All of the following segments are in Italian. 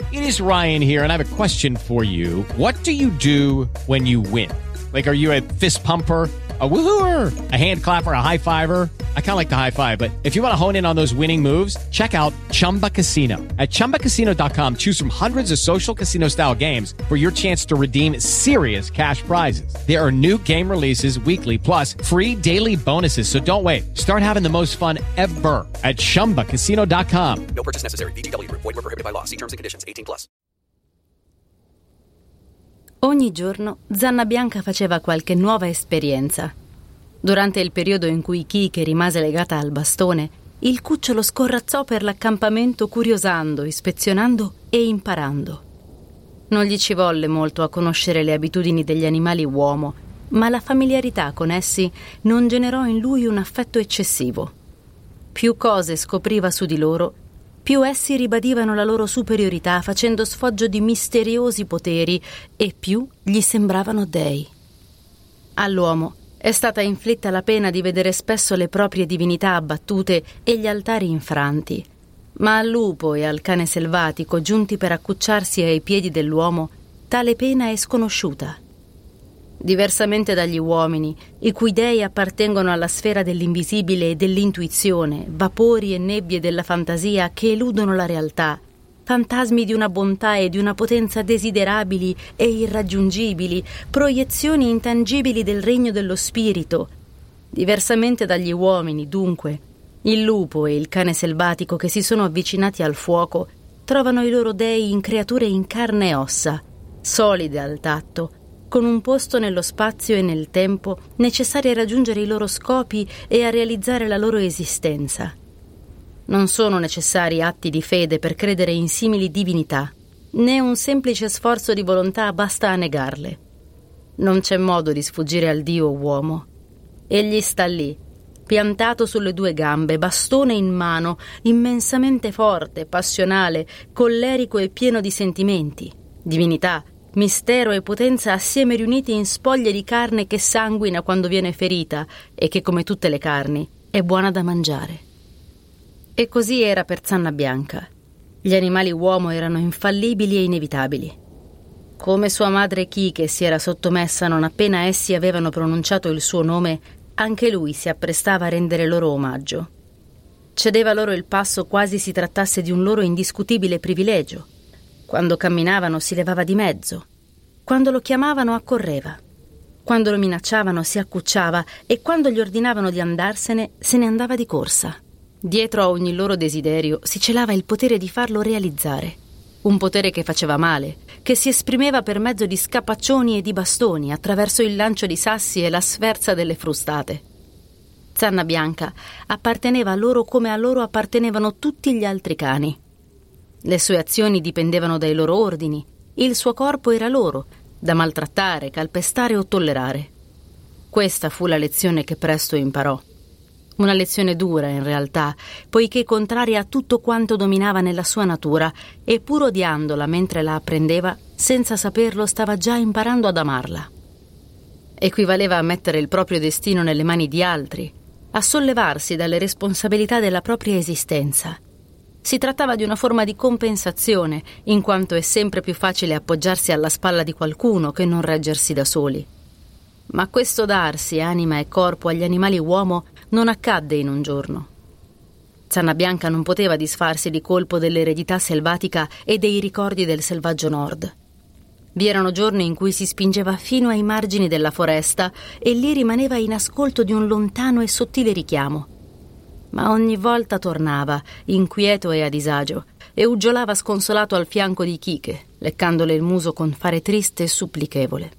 It is Ryan here, and I have a question for you. What do you do when you win? Like, are you a fist pumper, a woohooer, a hand clapper, a high fiver? I kind of like the high five, but if you want to hone in on those winning moves, check out Chumba Casino. At ChumbaCasino.com, choose from hundreds of social casino style games for your chance to redeem serious cash prizes. There are new game releases weekly, plus free daily bonuses. So don't wait. Start having the most fun ever at ChumbaCasino.com. No purchase necessary. VGW Group. Void where prohibited by law. See terms and conditions. 18+. Ogni giorno Zanna Bianca faceva qualche nuova esperienza. Durante il periodo in cui Kike rimase legata al bastone, il cucciolo scorrazzò per l'accampamento curiosando, ispezionando e imparando. Non gli ci volle molto a conoscere le abitudini degli animali uomo, ma la familiarità con essi non generò in lui un affetto eccessivo. Più cose scopriva su di loro, più essi ribadivano la loro superiorità facendo sfoggio di misteriosi poteri e più gli sembravano dei. All'uomo è stata inflitta la pena di vedere spesso le proprie divinità abbattute e gli altari infranti, ma al lupo e al cane selvatico giunti per accucciarsi ai piedi dell'uomo tale pena è sconosciuta. Diversamente dagli uomini, i cui dei appartengono alla sfera dell'invisibile e dell'intuizione, vapori e nebbie della fantasia che eludono la realtà, fantasmi di una bontà e di una potenza desiderabili e irraggiungibili, proiezioni intangibili del regno dello spirito. Diversamente dagli uomini, dunque, il lupo e il cane selvatico che si sono avvicinati al fuoco trovano i loro dei in creature in carne e ossa, solide al tatto, con un posto nello spazio e nel tempo necessari a raggiungere i loro scopi e a realizzare la loro esistenza. Non sono necessari atti di fede per credere in simili divinità, né un semplice sforzo di volontà basta a negarle. Non c'è modo di sfuggire al Dio uomo. Egli sta lì, piantato sulle due gambe, bastone in mano, immensamente forte, passionale, collerico e pieno di sentimenti, divinità, mistero e potenza assieme riuniti in spoglie di carne che sanguina quando viene ferita e che, come tutte le carni, è buona da mangiare. E così era per Zanna Bianca. Gli animali uomo erano infallibili e inevitabili. Come sua madre Kike si era sottomessa non appena essi avevano pronunciato il suo nome, anche lui si apprestava a rendere loro omaggio. Cedeva loro il passo quasi si trattasse di un loro indiscutibile privilegio. Quando camminavano si levava di mezzo. Quando lo chiamavano accorreva. Quando lo minacciavano si accucciava e quando gli ordinavano di andarsene se ne andava di corsa. Dietro a ogni loro desiderio si celava il potere di farlo realizzare. Un potere che faceva male, che si esprimeva per mezzo di scapaccioni e di bastoni, attraverso il lancio di sassi e la sferza delle frustate. Zanna Bianca apparteneva a loro come a loro appartenevano tutti gli altri cani. Le sue azioni dipendevano dai loro ordini, il suo corpo era loro, da maltrattare, calpestare o tollerare. Questa fu la lezione che presto imparò. Una lezione dura, in realtà, poiché contraria a tutto quanto dominava nella sua natura, e pur odiandola mentre la apprendeva, senza saperlo stava già imparando ad amarla. Equivaleva a mettere il proprio destino nelle mani di altri, a sollevarsi dalle responsabilità della propria esistenza. Si trattava di una forma di compensazione, in quanto è sempre più facile appoggiarsi alla spalla di qualcuno che non reggersi da soli. Ma questo darsi anima e corpo agli animali uomo non accadde in un giorno. Zanna Bianca non poteva disfarsi di colpo dell'eredità selvatica e dei ricordi del selvaggio nord. Vi erano giorni in cui si spingeva fino ai margini della foresta e lì rimaneva in ascolto di un lontano e sottile richiamo. Ma ogni volta tornava, inquieto e a disagio, e uggiolava sconsolato al fianco di Kike, leccandole il muso con fare triste e supplichevole.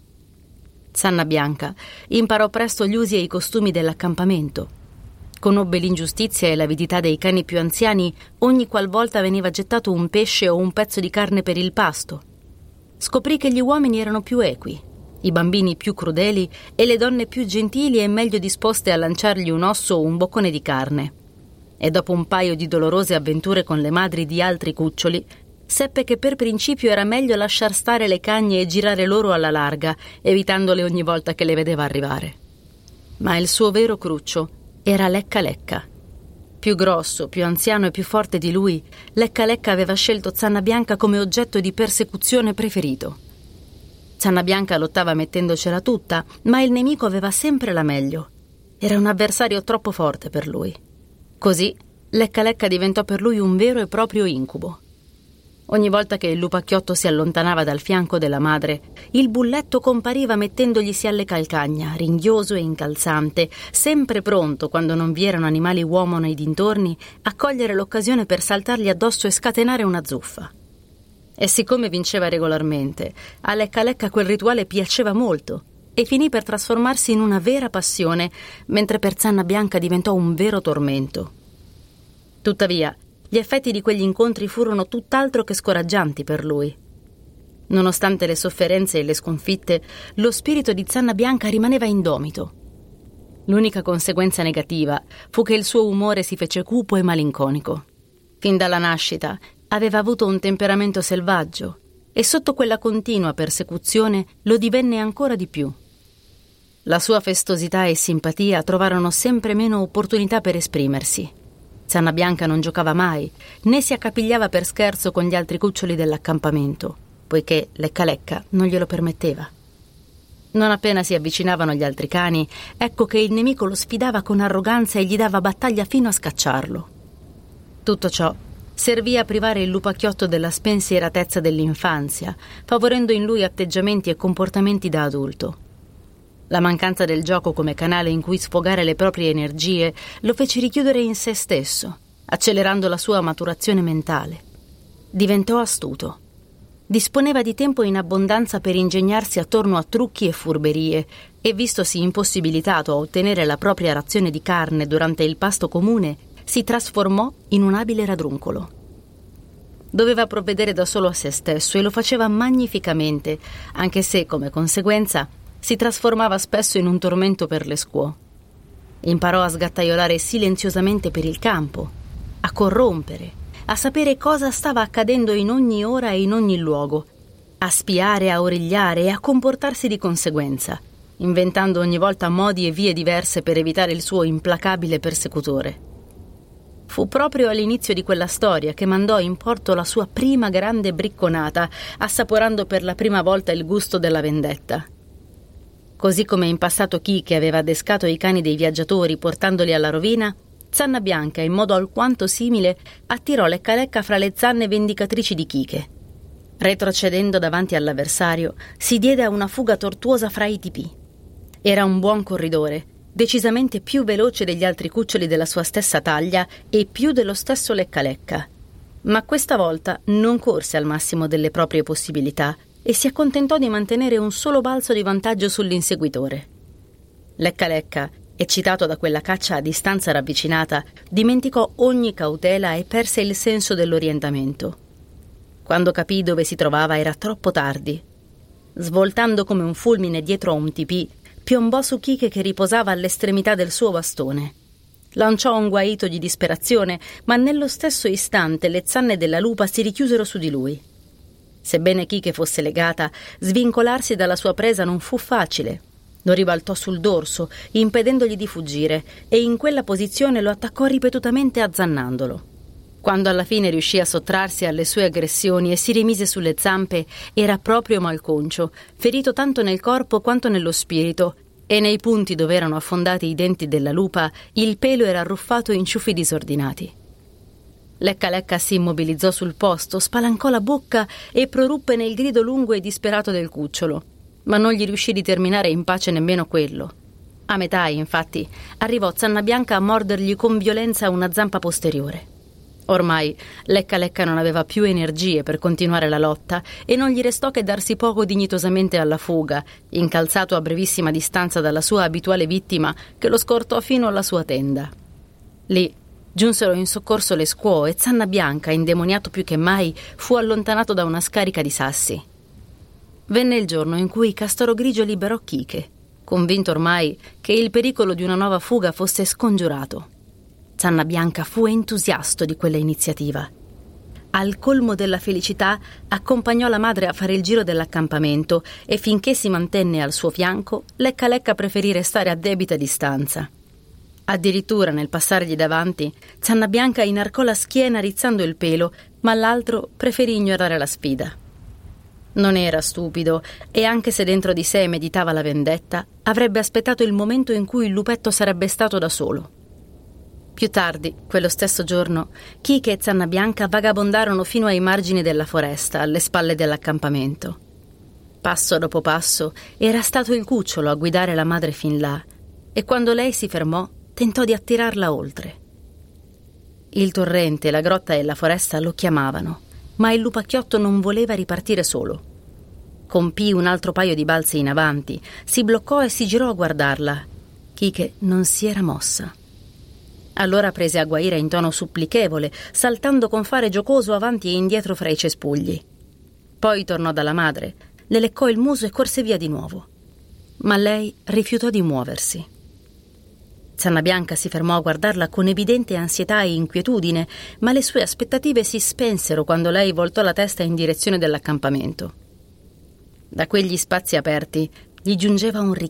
Zanna Bianca imparò presto gli usi e i costumi dell'accampamento. Conobbe l'ingiustizia e l'avidità dei cani più anziani ogni qualvolta veniva gettato un pesce o un pezzo di carne per il pasto. Scoprì che gli uomini erano più equi, i bambini più crudeli e le donne più gentili e meglio disposte a lanciargli un osso o un boccone di carne. E dopo un paio di dolorose avventure con le madri di altri cuccioli, seppe che per principio era meglio lasciar stare le cagne e girare loro alla larga, evitandole ogni volta che le vedeva arrivare. Ma il suo vero cruccio era Lecca Lecca. Più grosso, più anziano e più forte di lui, Lecca Lecca aveva scelto Zanna Bianca come oggetto di persecuzione preferito. Zanna Bianca lottava mettendocela tutta, ma il nemico aveva sempre la meglio. Era un avversario troppo forte per lui. Così, Lecca Lecca diventò per lui un vero e proprio incubo. Ogni volta che il lupacchiotto si allontanava dal fianco della madre, il bulletto compariva mettendoglisi alle calcagna, ringhioso e incalzante, sempre pronto, quando non vi erano animali uomo nei dintorni, a cogliere l'occasione per saltargli addosso e scatenare una zuffa. E siccome vinceva regolarmente, a Lecca Lecca quel rituale piaceva molto e finì per trasformarsi in una vera passione, mentre per Zanna Bianca diventò un vero tormento. Tuttavia, gli effetti di quegli incontri furono tutt'altro che scoraggianti per lui. Nonostante le sofferenze e le sconfitte, lo spirito di Zanna Bianca rimaneva indomito. L'unica conseguenza negativa fu che il suo umore si fece cupo e malinconico. Fin dalla nascita aveva avuto un temperamento selvaggio e sotto quella continua persecuzione lo divenne ancora di più. La sua festosità e simpatia trovarono sempre meno opportunità per esprimersi. Zanna Bianca non giocava mai, né si accapigliava per scherzo con gli altri cuccioli dell'accampamento, poiché Lecca Lecca non glielo permetteva. Non appena si avvicinavano gli altri cani, ecco che il nemico lo sfidava con arroganza e gli dava battaglia fino a scacciarlo. Tutto ciò servì a privare il lupacchiotto della spensieratezza dell'infanzia, favorendo in lui atteggiamenti e comportamenti da adulto. La mancanza del gioco come canale in cui sfogare le proprie energie lo fece richiudere in se stesso, accelerando la sua maturazione mentale. Diventò astuto. Disponeva di tempo in abbondanza per ingegnarsi attorno a trucchi e furberie e, vistosi impossibilitato a ottenere la propria razione di carne durante il pasto comune, si trasformò in un abile radruncolo. Doveva provvedere da solo a se stesso e lo faceva magnificamente, anche se, come conseguenza, si trasformava spesso in un tormento per le squaw. Imparò a sgattaiolare silenziosamente per il campo, a corrompere, a sapere cosa stava accadendo in ogni ora e in ogni luogo, a spiare, a origliare e a comportarsi di conseguenza, inventando ogni volta modi e vie diverse per evitare il suo implacabile persecutore. Fu proprio all'inizio di quella storia che mandò in porto la sua prima grande bricconata, assaporando per la prima volta il gusto della vendetta. Così come in passato Kike aveva adescato i cani dei viaggiatori portandoli alla rovina, Zanna Bianca, in modo alquanto simile, attirò Lecca Lecca fra le zanne vendicatrici di Kike. Retrocedendo davanti all'avversario, si diede a una fuga tortuosa fra i tipì. Era un buon corridore, decisamente più veloce degli altri cuccioli della sua stessa taglia e più dello stesso Lecca Lecca. Ma questa volta non corse al massimo delle proprie possibilità e si accontentò di mantenere un solo balzo di vantaggio sull'inseguitore. Lecca Lecca, eccitato da quella caccia a distanza ravvicinata, dimenticò ogni cautela e perse il senso dell'orientamento. Quando capì dove si trovava era troppo tardi. Svoltando come un fulmine dietro a un tipì, piombò su Kike che riposava all'estremità del suo bastone. Lanciò un guaito di disperazione, ma nello stesso istante le zanne della lupa si richiusero su di lui. Sebbene Kike fosse legata, svincolarsi dalla sua presa non fu facile. Lo ribaltò sul dorso, impedendogli di fuggire, e in quella posizione lo attaccò ripetutamente azzannandolo. Quando alla fine riuscì a sottrarsi alle sue aggressioni e si rimise sulle zampe, era proprio malconcio, ferito tanto nel corpo quanto nello spirito, e nei punti dove erano affondati i denti della lupa il pelo era arruffato in ciuffi disordinati. Lecca Lecca si immobilizzò sul posto, spalancò la bocca e proruppe nel grido lungo e disperato del cucciolo, ma non gli riuscì di terminare in pace nemmeno quello. A metà, infatti, arrivò Zanna Bianca a mordergli con violenza una zampa posteriore. Ormai Lecca Lecca non aveva più energie per continuare la lotta e non gli restò che darsi poco dignitosamente alla fuga, incalzato a brevissima distanza dalla sua abituale vittima che lo scortò fino alla sua tenda. Lì giunsero in soccorso le squaw e Zanna Bianca, indemoniato più che mai, fu allontanato da una scarica di sassi. Venne il giorno in cui Castoro Grigio liberò Kike, convinto ormai che il pericolo di una nuova fuga fosse scongiurato. Zanna Bianca fu entusiasta di quella iniziativa. Al colmo della felicità accompagnò la madre a fare il giro dell'accampamento e finché si mantenne al suo fianco, Lecca Lecca preferì restare a debita distanza. Addirittura, nel passargli davanti, Zanna Bianca inarcò la schiena rizzando il pelo, ma l'altro preferì ignorare la sfida. Non era stupido e, anche se dentro di sé meditava la vendetta, avrebbe aspettato il momento in cui il lupetto sarebbe stato da solo. Più tardi, quello stesso giorno, Kike e Zanna Bianca vagabondarono fino ai margini della foresta, alle spalle dell'accampamento. Passo dopo passo era stato il cucciolo a guidare la madre fin là, e quando lei si fermò, tentò di attirarla oltre. Il torrente, la grotta e la foresta lo chiamavano, ma il lupacchiotto non voleva ripartire solo. Compì un altro paio di balzi in avanti, si bloccò e si girò a guardarla. Kike non si era mossa. Allora prese a guaire in tono supplichevole, saltando con fare giocoso avanti e indietro fra i cespugli. Poi tornò dalla madre, le leccò il muso e corse via di nuovo. Ma lei rifiutò di muoversi. Zanna Bianca si fermò a guardarla con evidente ansietà e inquietudine, ma le sue aspettative si spensero quando lei voltò la testa in direzione dell'accampamento. Da quegli spazi aperti gli giungeva un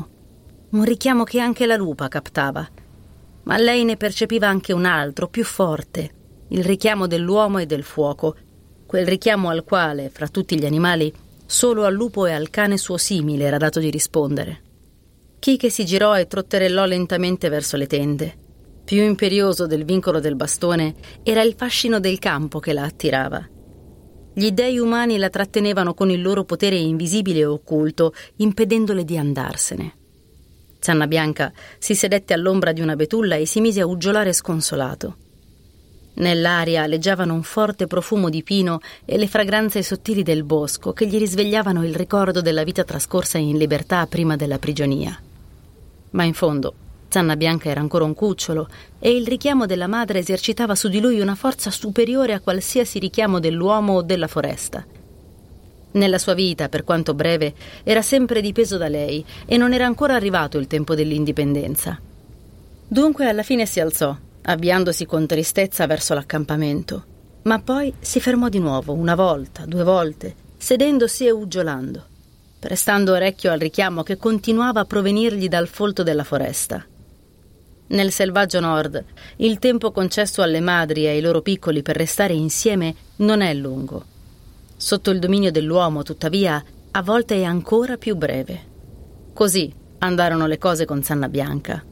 richiamo che anche la lupa captava, ma lei ne percepiva anche un altro, più forte, il richiamo dell'uomo e del fuoco, quel richiamo al quale, fra tutti gli animali, solo al lupo e al cane suo simile era dato di rispondere. Kike si girò e trotterellò lentamente verso le tende. Più imperioso del vincolo del bastone era il fascino del campo che la attirava. Gli dei umani la trattenevano con il loro potere invisibile e occulto, impedendole di andarsene. Zanna Bianca si sedette all'ombra di una betulla e si mise a uggiolare sconsolato. Nell'aria aleggiavano un forte profumo di pino e le fragranze sottili del bosco che gli risvegliavano il ricordo della vita trascorsa in libertà prima della prigionia. Ma in fondo Zanna Bianca era ancora un cucciolo e il richiamo della madre esercitava su di lui una forza superiore a qualsiasi richiamo dell'uomo o della foresta. Nella sua vita, per quanto breve, era sempre dipeso da lei e non era ancora arrivato il tempo dell'indipendenza. Dunque alla fine si alzò, avviandosi con tristezza verso l'accampamento, ma poi si fermò di nuovo, una volta, 2 volte, sedendosi e uggiolando, prestando orecchio al richiamo che continuava a provenirgli dal folto della foresta. Nel selvaggio nord, il tempo concesso alle madri e ai loro piccoli per restare insieme non è lungo. Sotto il dominio dell'uomo, tuttavia, a volte è ancora più breve. Così andarono le cose con Zanna Bianca.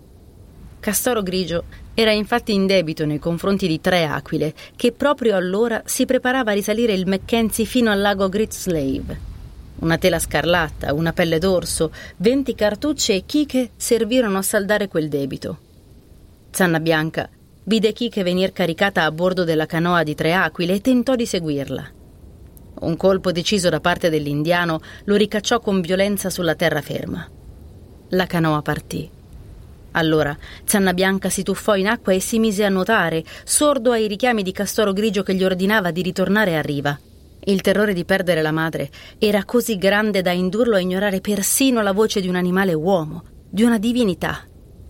Castoro Grigio era infatti in debito nei confronti di 3 aquile, che proprio allora si preparava a risalire il Mackenzie fino al lago Great Slave. Una tela scarlatta, una pelle d'orso, 20 cartucce e Kike servirono a saldare quel debito. Zanna Bianca vide Kike venir caricata a bordo della canoa di 3 aquile e tentò di seguirla. Un colpo deciso da parte dell'indiano lo ricacciò con violenza sulla terraferma. La canoa partì. Allora Zanna Bianca si tuffò in acqua e si mise a nuotare, sordo ai richiami di Castoro Grigio che gli ordinava di ritornare a riva. Il terrore di perdere la madre era così grande da indurlo a ignorare persino la voce di un animale uomo, di una divinità.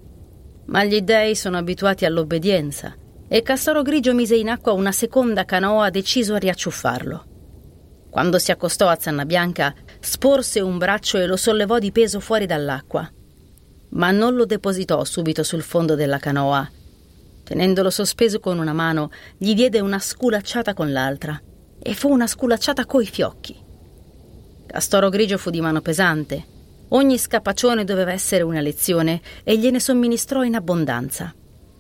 Ma gli dei sono abituati all'obbedienza e Castoro Grigio mise in acqua una seconda canoa deciso a riacciuffarlo. Quando si accostò a Zanna Bianca, sporse un braccio e lo sollevò di peso fuori dall'acqua. Ma non lo depositò subito sul fondo della canoa. Tenendolo sospeso con una mano, gli diede una sculacciata con l'altra. E fu una sculacciata coi fiocchi. Castoro Grigio fu di mano pesante. Ogni scapaccione doveva essere una lezione e gliene somministrò in abbondanza.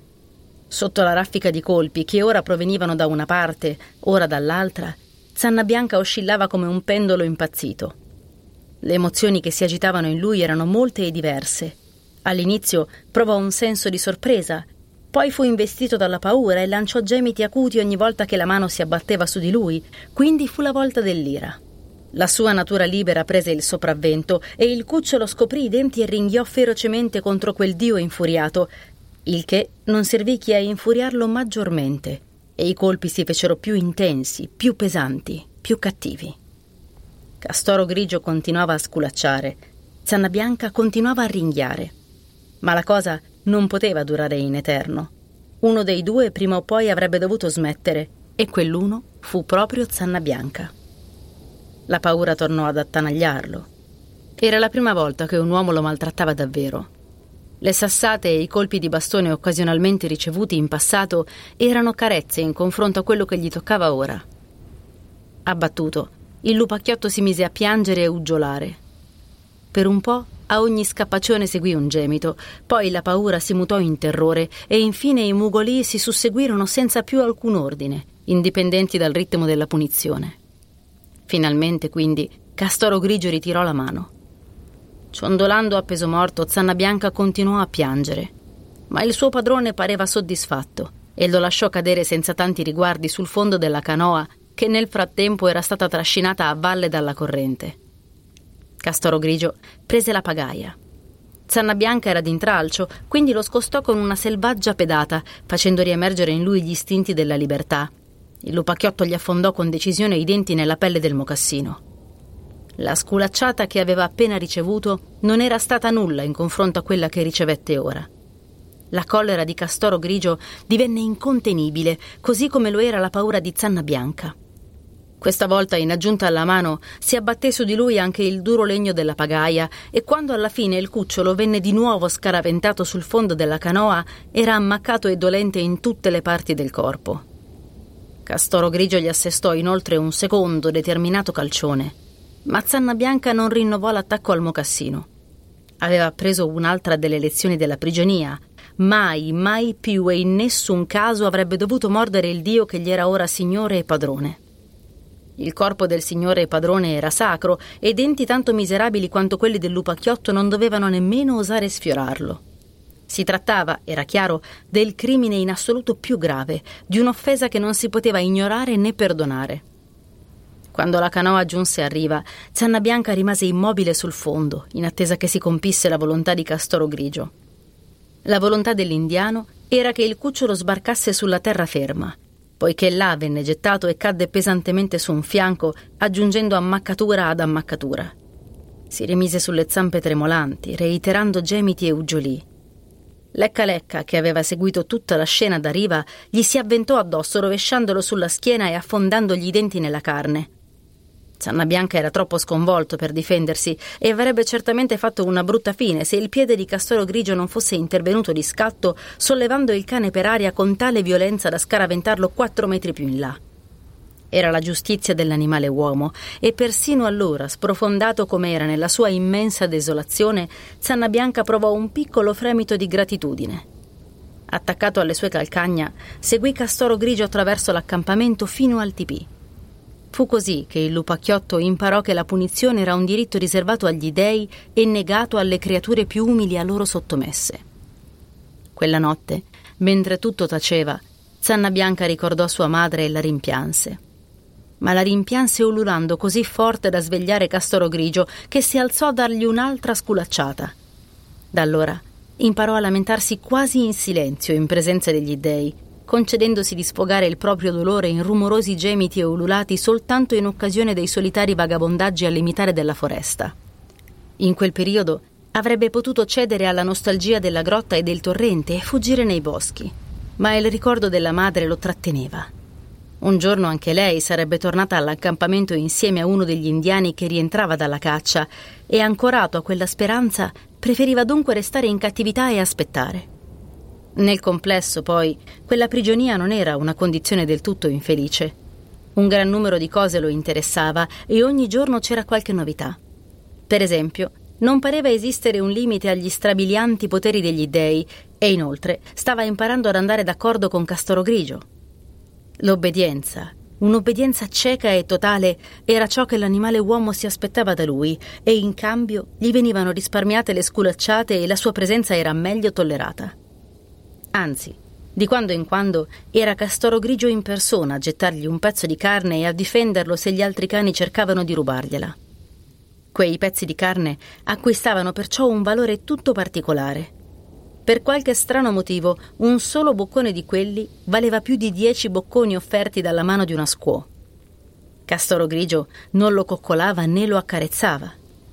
Sotto la raffica di colpi che ora provenivano da una parte, ora dall'altra, Zanna Bianca oscillava come un pendolo impazzito. Le emozioni che si agitavano in lui erano molte e diverse. All'inizio provò un senso di sorpresa, poi fu investito dalla paura e lanciò gemiti acuti ogni volta che la mano si abbatteva su di lui, quindi fu la volta dell'ira. La sua natura libera prese il sopravvento e il cucciolo scoprì i denti e ringhiò ferocemente contro quel dio infuriato, il che non servì che a infuriarlo maggiormente, e i colpi si fecero più intensi, più pesanti, più cattivi. Castoro Grigio continuava a sculacciare, Zanna Bianca continuava a ringhiare, ma la cosa non poteva durare in eterno. Uno dei 2 prima o poi avrebbe dovuto smettere, e quell'uno fu proprio Zanna Bianca. La paura tornò ad attanagliarlo. Era la prima volta che un uomo lo maltrattava davvero. Le sassate e i colpi di bastone occasionalmente ricevuti in passato erano carezze in confronto a quello che gli toccava ora. Abbattuto, il lupacchiotto si mise a piangere e uggiolare. Per un po' a ogni scappacione seguì un gemito, poi la paura si mutò in terrore e infine i mugolii si susseguirono senza più alcun ordine, indipendenti dal ritmo della punizione. Finalmente, quindi, Castoro Grigio ritirò la mano. Ciondolando a peso morto, Zanna Bianca continuò a piangere, ma il suo padrone pareva soddisfatto e lo lasciò cadere senza tanti riguardi sul fondo della canoa che nel frattempo era stata trascinata a valle dalla corrente. Castoro Grigio prese la pagaia. Zanna Bianca era d'intralcio, quindi lo scostò con una selvaggia pedata, facendo riemergere in lui gli istinti della libertà. Il lupacchiotto gli affondò con decisione i denti nella pelle del mocassino. La sculacciata che aveva appena ricevuto non era stata nulla in confronto a quella che ricevette ora. La collera di Castoro Grigio divenne incontenibile, così come lo era la paura di Zanna Bianca. Questa volta, in aggiunta alla mano, si abbatté su di lui anche il duro legno della pagaia e quando alla fine il cucciolo venne di nuovo scaraventato sul fondo della canoa, era ammaccato e dolente in tutte le parti del corpo. Castoro Grigio gli assestò inoltre un secondo determinato calcione, ma Zanna Bianca non rinnovò l'attacco al mocassino. Aveva preso un'altra delle lezioni della prigionia. Mai più e in nessun caso avrebbe dovuto mordere il dio che gli era ora signore e padrone. Il corpo del signore e padrone era sacro e denti tanto miserabili quanto quelli del lupacchiotto non dovevano nemmeno osare sfiorarlo. Si trattava, era chiaro, del crimine in assoluto più grave, di un'offesa che non si poteva ignorare né perdonare. Quando la canoa giunse a riva, Zanna Bianca rimase immobile sul fondo, in attesa che si compisse la volontà di Castoro Grigio. La volontà dell'indiano era che il cucciolo sbarcasse sulla terraferma, poiché là venne gettato e cadde pesantemente su un fianco, aggiungendo ammaccatura ad ammaccatura. Si rimise sulle zampe tremolanti, reiterando gemiti e uggiolii. Lecca Lecca, che aveva seguito tutta la scena da riva, gli si avventò addosso, rovesciandolo sulla schiena e affondandogli i denti nella carne. Zanna Bianca era troppo sconvolto per difendersi e avrebbe certamente fatto una brutta fine se il piede di Castoro Grigio non fosse intervenuto di scatto, sollevando il cane per aria con tale violenza da scaraventarlo 4 metri più in là. Era la giustizia dell'animale uomo e persino allora, sprofondato come era nella sua immensa desolazione, Zanna Bianca provò un piccolo fremito di gratitudine. Attaccato alle sue calcagna, seguì Castoro Grigio attraverso l'accampamento fino al tipì. Fu così che il lupacchiotto imparò che la punizione era un diritto riservato agli dei e negato alle creature più umili a loro sottomesse. Quella notte, mentre tutto taceva, Zanna Bianca ricordò sua madre e la rimpianse. Ma la rimpianse ululando così forte da svegliare Castoro Grigio che si alzò a dargli un'altra sculacciata. Da allora imparò a lamentarsi quasi in silenzio in presenza degli dei, concedendosi di sfogare il proprio dolore in rumorosi gemiti e ululati soltanto in occasione dei solitari vagabondaggi al limitare della foresta. In quel periodo avrebbe potuto cedere alla nostalgia della grotta e del torrente e fuggire nei boschi, ma il ricordo della madre lo tratteneva. Un giorno anche lei sarebbe tornata all'accampamento insieme a uno degli indiani che rientrava dalla caccia e, ancorato a quella speranza, preferiva dunque restare in cattività e aspettare. Nel complesso, poi, quella prigionia non era una condizione del tutto infelice. Un gran numero di cose lo interessava e ogni giorno c'era qualche novità. Per esempio, non pareva esistere un limite agli strabilianti poteri degli dei e inoltre stava imparando ad andare d'accordo con Castoro Grigio. L'obbedienza, un'obbedienza cieca e totale, era ciò che l'animale uomo si aspettava da lui e in cambio gli venivano risparmiate le sculacciate e la sua presenza era meglio tollerata. Anzi, di quando in quando era Castoro Grigio in persona a gettargli un pezzo di carne e a difenderlo se gli altri cani cercavano di rubargliela. Quei pezzi di carne acquistavano perciò un valore tutto particolare. Per qualche strano motivo, un solo boccone di quelli valeva più di 10 bocconi offerti dalla mano di una squaw. Castoro Grigio non lo coccolava né lo accarezzava.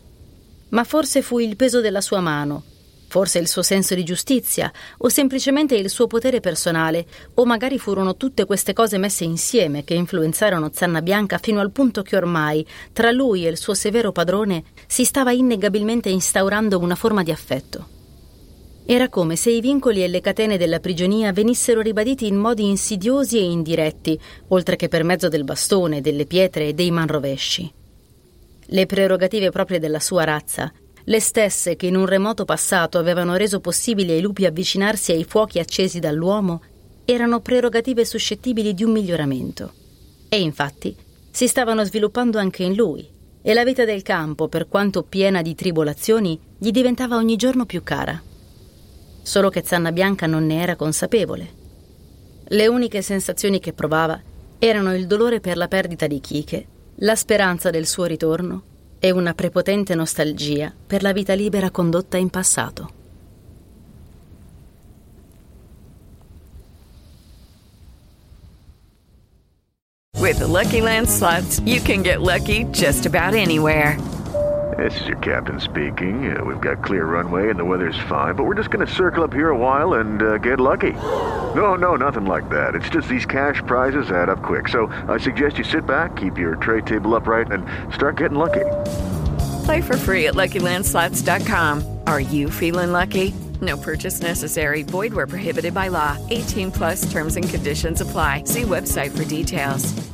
Ma forse fu il peso della sua mano, forse il suo senso di giustizia, o semplicemente il suo potere personale, o magari furono tutte queste cose messe insieme che influenzarono Zanna Bianca fino al punto che ormai, tra lui e il suo severo padrone, si stava innegabilmente instaurando una forma di affetto. Era come se i vincoli e le catene della prigionia venissero ribaditi in modi insidiosi e indiretti, oltre che per mezzo del bastone, delle pietre e dei manrovesci. Le prerogative proprie della sua razza, le stesse che in un remoto passato avevano reso possibile ai lupi avvicinarsi ai fuochi accesi dall'uomo, erano prerogative suscettibili di un miglioramento. E infatti si stavano sviluppando anche in lui, e la vita del campo, per quanto piena di tribolazioni, gli diventava ogni giorno più cara. Solo che Zanna Bianca non ne era consapevole. Le uniche sensazioni che provava erano il dolore per la perdita di Kike, la speranza del suo ritorno e una prepotente nostalgia per la vita libera condotta in passato. With the Lucky Land Slots, you can get lucky just about anywhere. This is your captain speaking. We've got clear runway and the weather's fine, but we're just going to circle up here a while and get lucky. No, nothing like that. It's just these cash prizes add up quick. So I suggest you sit back, keep your tray table upright, and start getting lucky. Play for free at LuckyLandSlots.com. Are you feeling lucky? No purchase necessary. Void where prohibited by law. 18+ terms and conditions apply. See website for details.